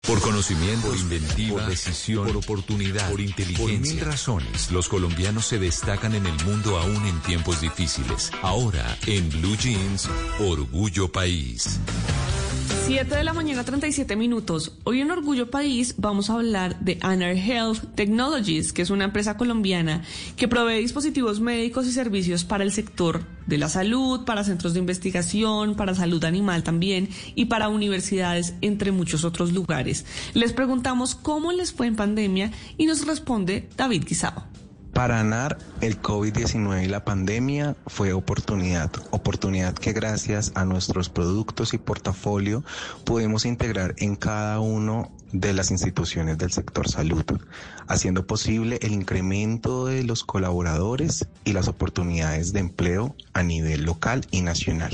Por conocimiento, por inventiva, por decisión, por oportunidad, por inteligencia. Por 1000 razones, los colombianos se destacan en el mundo aún en tiempos difíciles. Ahora, en Blue Jeans, Orgullo País. 7:37 a.m. Hoy en Orgullo País vamos a hablar de Anar Health Technologies, que es una empresa colombiana que provee dispositivos médicos y servicios para el sector de la salud, para centros de investigación, para salud animal también y para universidades, entre muchos otros lugares. Les preguntamos cómo les fue en pandemia y nos responde David Guisao. Para Anar, el COVID-19 y la pandemia fue oportunidad que gracias a nuestros productos y portafolio pudimos integrar en cada uno de las instituciones del sector salud, haciendo posible el incremento de los colaboradores y las oportunidades de empleo a nivel local y nacional.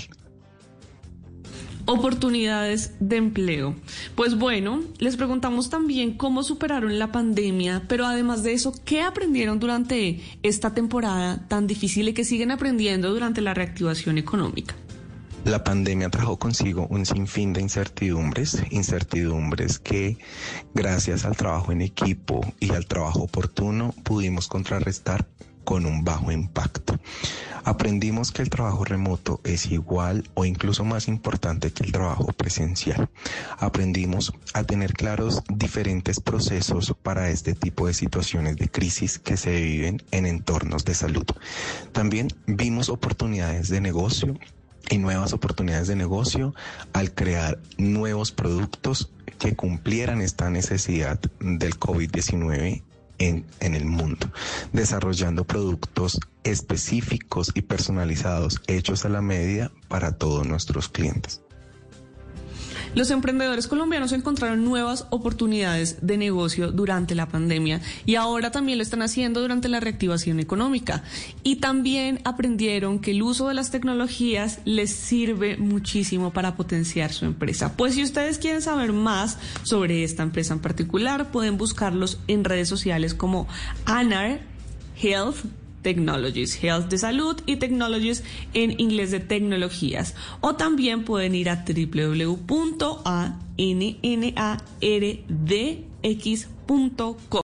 Oportunidades de empleo. Pues bueno, les preguntamos también cómo superaron la pandemia, pero además de eso, ¿qué aprendieron durante esta temporada tan difícil y que siguen aprendiendo durante la reactivación económica? La pandemia trajo consigo un sinfín de incertidumbres que gracias al trabajo en equipo y al trabajo oportuno pudimos contrarrestar con un bajo impacto. Aprendimos que el trabajo remoto es igual o incluso más importante que el trabajo presencial. Aprendimos a tener claros diferentes procesos para este tipo de situaciones de crisis que se viven en entornos de salud. También vimos oportunidades de negocio y nuevas oportunidades de negocio al crear nuevos productos que cumplieran esta necesidad del COVID-19 en el mundo, desarrollando productos específicos y personalizados hechos a la medida para todos nuestros clientes. Los emprendedores colombianos encontraron nuevas oportunidades de negocio durante la pandemia y ahora también lo están haciendo durante la reactivación económica. Y también aprendieron que el uso de las tecnologías les sirve muchísimo para potenciar su empresa. Pues si ustedes quieren saber más sobre esta empresa en particular, pueden buscarlos en redes sociales como Anar Health Technologies, Health de salud y Technologies en inglés de tecnologías. O también pueden ir a www.annardx.com.